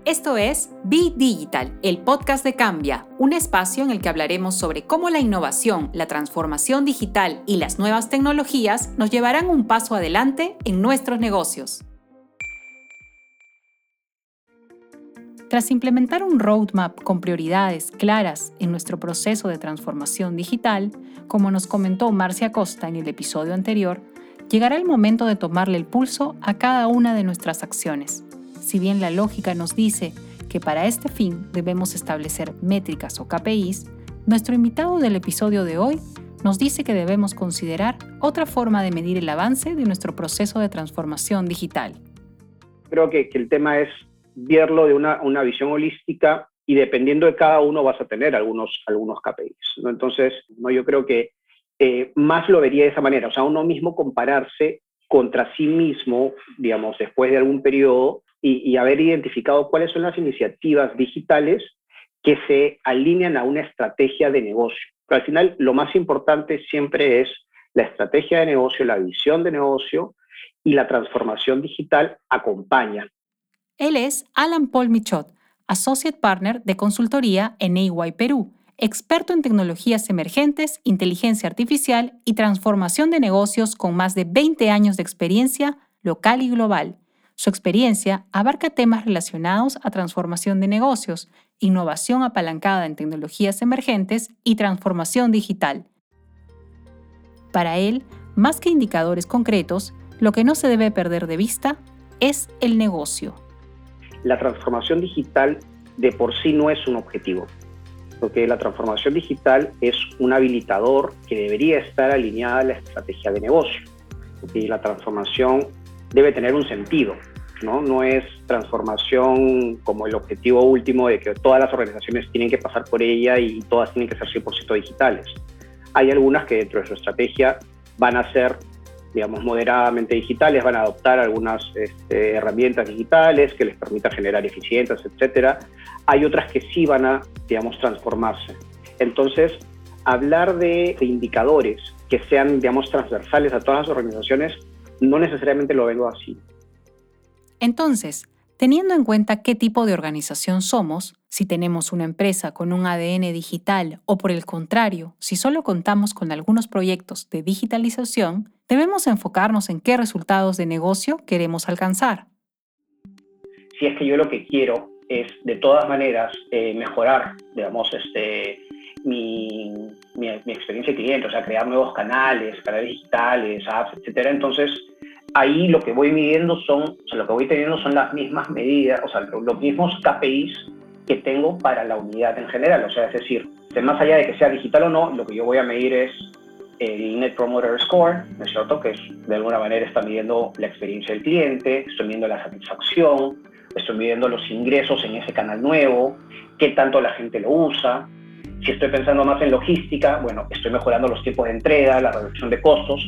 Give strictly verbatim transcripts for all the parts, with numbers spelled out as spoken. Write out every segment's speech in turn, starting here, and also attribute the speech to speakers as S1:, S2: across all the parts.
S1: Esto es Be Digital, el podcast de Cambia, un espacio en el que hablaremos sobre cómo la innovación, la transformación digital y las nuevas tecnologías nos llevarán un paso adelante en nuestros negocios. Tras implementar un roadmap con prioridades claras en nuestro proceso de transformación digital, como nos comentó Marcia Costa en el episodio anterior, llegará el momento de tomarle el pulso a cada una de nuestras acciones. Si bien la lógica nos dice que para este fin debemos establecer métricas o K P Is, nuestro invitado del episodio de hoy nos dice que debemos considerar otra forma de medir el avance de nuestro proceso de transformación digital.
S2: Creo que, que el tema es verlo de una, una visión holística y dependiendo de cada uno vas a tener algunos, algunos K P Is, ¿no? Entonces, no, yo creo que eh, más lo vería de esa manera, o sea, uno mismo compararse contra sí mismo, digamos, después de algún periodo y, y haber identificado cuáles son las iniciativas digitales que se alinean a una estrategia de negocio. Pero al final, lo más importante siempre es la estrategia de negocio, la visión de negocio y la transformación digital acompaña.
S1: Él es Alan Paul Michaud, Associate Partner de consultoría en E Y Perú, experto en tecnologías emergentes, inteligencia artificial y transformación de negocios con más de veinte años de experiencia local y global. Su experiencia abarca temas relacionados a transformación de negocios, innovación apalancada en tecnologías emergentes y transformación digital. Para él, más que indicadores concretos, lo que no se debe perder de vista es el negocio.
S2: La transformación digital de por sí no es un objetivo, porque la transformación digital es un habilitador que debería estar alineada a la estrategia de negocio, porque la transformación debe tener un sentido, ¿no? No es transformación como el objetivo último de que todas las organizaciones tienen que pasar por ella y todas tienen que ser cien por ciento digitales. Hay algunas que dentro de su estrategia van a ser, digamos, moderadamente digitales, van a adoptar algunas este, herramientas digitales que les permitan generar eficiencias, etcétera. Hay otras que sí van a, digamos, transformarse. Entonces, hablar de, de indicadores que sean, digamos, transversales a todas las organizaciones, no necesariamente lo veo así.
S1: Entonces, teniendo en cuenta qué tipo de organización somos, si tenemos una empresa con un A D N digital o por el contrario, si solo contamos con algunos proyectos de digitalización, debemos enfocarnos en qué resultados de negocio queremos alcanzar.
S2: Si es que yo lo que quiero es, de todas maneras, eh, mejorar, digamos, este, mi, mi, mi experiencia de cliente, o sea, crear nuevos canales, canales digitales, apps, etcétera. Entonces, ahí lo que voy midiendo son, o sea, lo que voy teniendo son las mismas medidas, o sea, los mismos K P Is que tengo para la unidad en general. O sea, es decir, más allá de que sea digital o no, lo que yo voy a medir es el Net Promoter Score, ¿no es cierto? Que es, de alguna manera está midiendo la experiencia del cliente, estoy midiendo la satisfacción, estoy midiendo los ingresos en ese canal nuevo, qué tanto la gente lo usa. Si estoy pensando más en logística, bueno, estoy mejorando los tiempos de entrega, la reducción de costos.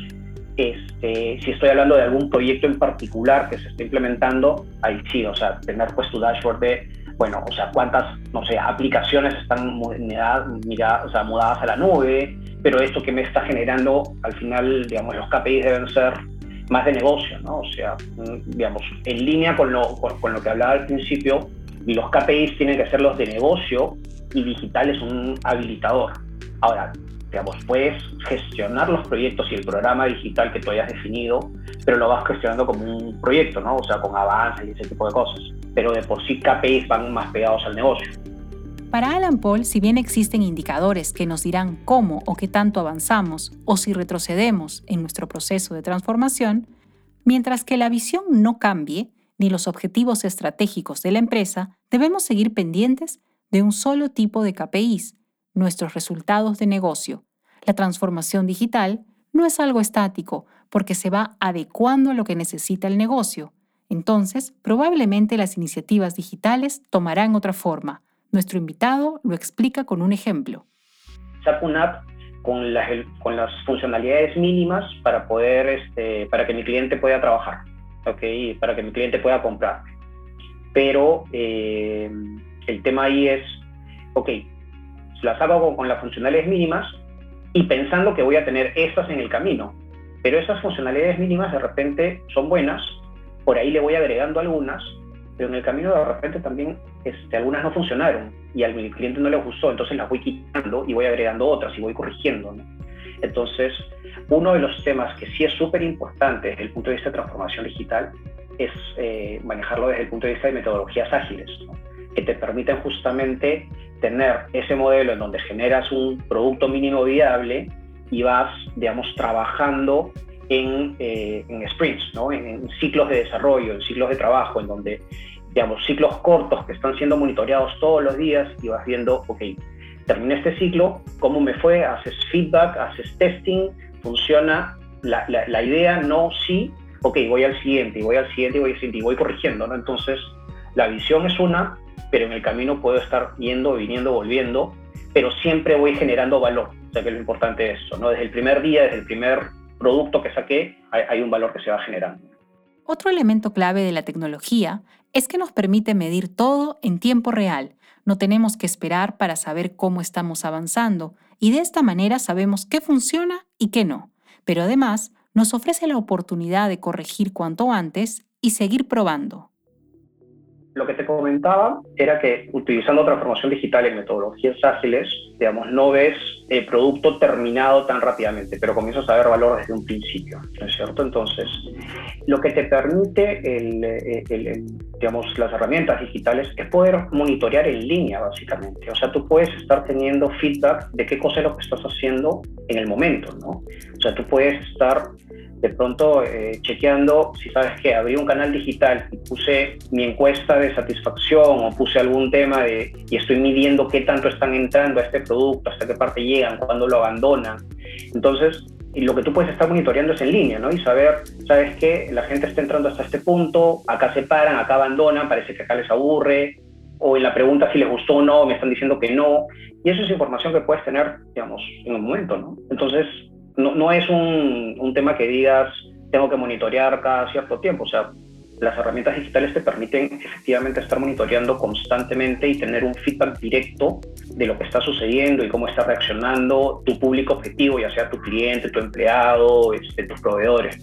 S2: Este, si estoy hablando de algún proyecto en particular que se está implementando, ahí sí, o sea, tener pues tu dashboard de, bueno, o sea, cuántas, no sé, aplicaciones están mira, mira, o sea, mudadas a la nube, pero esto que me está generando, al final, digamos, los K P Is deben ser más de negocio, ¿no? O sea, digamos, en línea con lo, con, con lo que hablaba al principio, y los K P Is tienen que ser los de negocio y digital es un habilitador. Ahora, digamos, puedes gestionar los proyectos y el programa digital que tú hayas definido, pero lo vas gestionando como un proyecto, ¿no? O sea, con avances y ese tipo de cosas. Pero de por sí K P Is van más pegados al negocio.
S1: Para Alan Paul, si bien existen indicadores que nos dirán cómo o qué tanto avanzamos o si retrocedemos en nuestro proceso de transformación, mientras que la visión no cambie, ni los objetivos estratégicos de la empresa, debemos seguir pendientes de un solo tipo de K P Is, nuestros resultados de negocio. La transformación digital no es algo estático porque se va adecuando a lo que necesita el negocio. Entonces, probablemente las iniciativas digitales tomarán otra forma. Nuestro invitado lo explica con un ejemplo.
S2: Saco una app con las, con las funcionalidades mínimas para poder, este, para que mi cliente pueda trabajar, ¿okay? Para que mi cliente pueda comprar. Pero eh, el tema ahí es, ok, las hago con, con las funcionalidades mínimas y pensando que voy a tener estas en el camino. Pero esas funcionalidades mínimas de repente son buenas, por ahí le voy agregando algunas, pero en el camino de repente también este, algunas no funcionaron y al cliente no le gustó, entonces las voy quitando y voy agregando otras y voy corrigiendo, ¿no? Entonces, uno de los temas que sí es súper importante desde el punto de vista de transformación digital es eh, manejarlo desde el punto de vista de metodologías ágiles, ¿no? Que te permiten justamente tener ese modelo en donde generas un producto mínimo viable y vas, digamos, trabajando en, eh, en sprints, ¿no? En, en ciclos de desarrollo, en ciclos de trabajo, en donde, digamos, ciclos cortos que están siendo monitoreados todos los días y vas viendo, ok, terminé este ciclo, ¿cómo me fue? Haces feedback, haces testing, funciona la, la, la idea, no, sí, ok, voy al siguiente, y voy al siguiente, y voy al siguiente, y voy corrigiendo, ¿no? Entonces, la visión es una, pero en el camino puedo estar yendo, viniendo, volviendo, pero siempre voy generando valor. O sea, que lo importante es eso, ¿no? Desde el primer día, desde el primer producto que saqué, hay, hay un valor que se va generando.
S1: Otro elemento clave de la tecnología es que nos permite medir todo en tiempo real. No tenemos que esperar para saber cómo estamos avanzando y de esta manera sabemos qué funciona y qué no. Pero además, nos ofrece la oportunidad de corregir cuanto antes y seguir probando.
S2: Lo que te comentaba era que utilizando transformación digital en metodologías ágiles, digamos, no ves el producto terminado tan rápidamente, pero comienzas a ver valor desde un principio, ¿no es cierto? Entonces, lo que te permite el, el, el, digamos, las herramientas digitales es poder monitorear en línea, básicamente. O sea, tú puedes estar teniendo feedback de qué cosa es lo que estás haciendo en el momento, ¿no? O sea, tú puedes estar de pronto eh, chequeando, si sabes que abrí un canal digital y puse mi encuesta de satisfacción o puse algún tema de, y estoy midiendo qué tanto están entrando a este producto, hasta qué parte llegan, cuándo lo abandonan. Entonces, y lo que tú puedes estar monitoreando es en línea, ¿no? Y saber, sabes que la gente está entrando hasta este punto, acá se paran, acá abandonan, parece que acá les aburre, o en la pregunta si les gustó o no, me están diciendo que no. Y eso es información que puedes tener, digamos, en un momento, ¿no? Entonces, No, no es un, un tema que digas, tengo que monitorear cada cierto tiempo. O sea, las herramientas digitales te permiten efectivamente estar monitoreando constantemente y tener un feedback directo de lo que está sucediendo y cómo está reaccionando tu público objetivo, ya sea tu cliente, tu empleado, este, tus proveedores.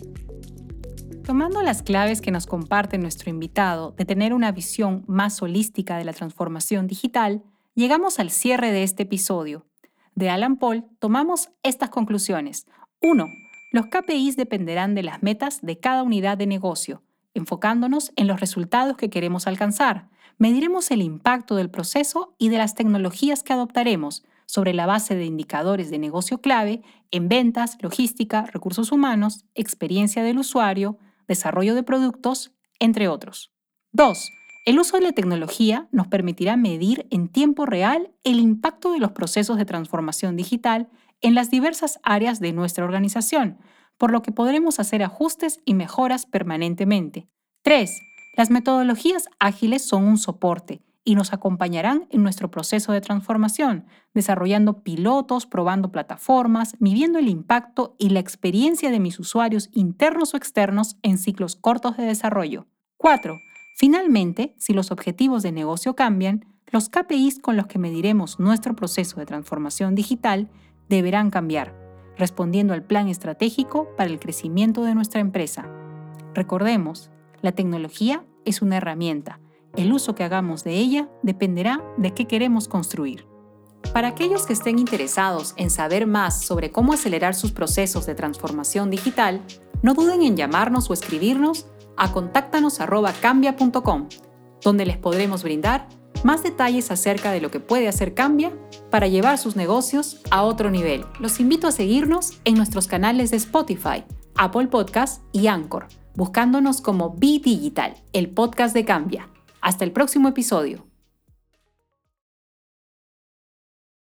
S1: Tomando las claves que nos comparte nuestro invitado de tener una visión más holística de la transformación digital, llegamos al cierre de este episodio. De Alan Paul tomamos estas conclusiones. uno. Los K P Is dependerán de las metas de cada unidad de negocio, enfocándonos en los resultados que queremos alcanzar. Mediremos el impacto del proceso y de las tecnologías que adoptaremos sobre la base de indicadores de negocio clave en ventas, logística, recursos humanos, experiencia del usuario, desarrollo de productos, entre otros. dos. El uso de la tecnología nos permitirá medir en tiempo real el impacto de los procesos de transformación digital en las diversas áreas de nuestra organización, por lo que podremos hacer ajustes y mejoras permanentemente. tres. Las metodologías ágiles son un soporte y nos acompañarán en nuestro proceso de transformación, desarrollando pilotos, probando plataformas, midiendo el impacto y la experiencia de mis usuarios internos o externos en ciclos cortos de desarrollo. cuatro. Finalmente, si los objetivos de negocio cambian, los K P Is con los que mediremos nuestro proceso de transformación digital deberán cambiar, respondiendo al plan estratégico para el crecimiento de nuestra empresa. Recordemos, la tecnología es una herramienta. El uso que hagamos de ella dependerá de qué queremos construir. Para aquellos que estén interesados en saber más sobre cómo acelerar sus procesos de transformación digital, no duden en llamarnos o escribirnos a contáctanos arroba cambia punto com, donde les podremos brindar más detalles acerca de lo que puede hacer Cambia para llevar sus negocios a otro nivel. Los invito a seguirnos en nuestros canales de Spotify, Apple Podcast y Anchor, buscándonos como Be Digital, el podcast de Cambia. Hasta el próximo episodio.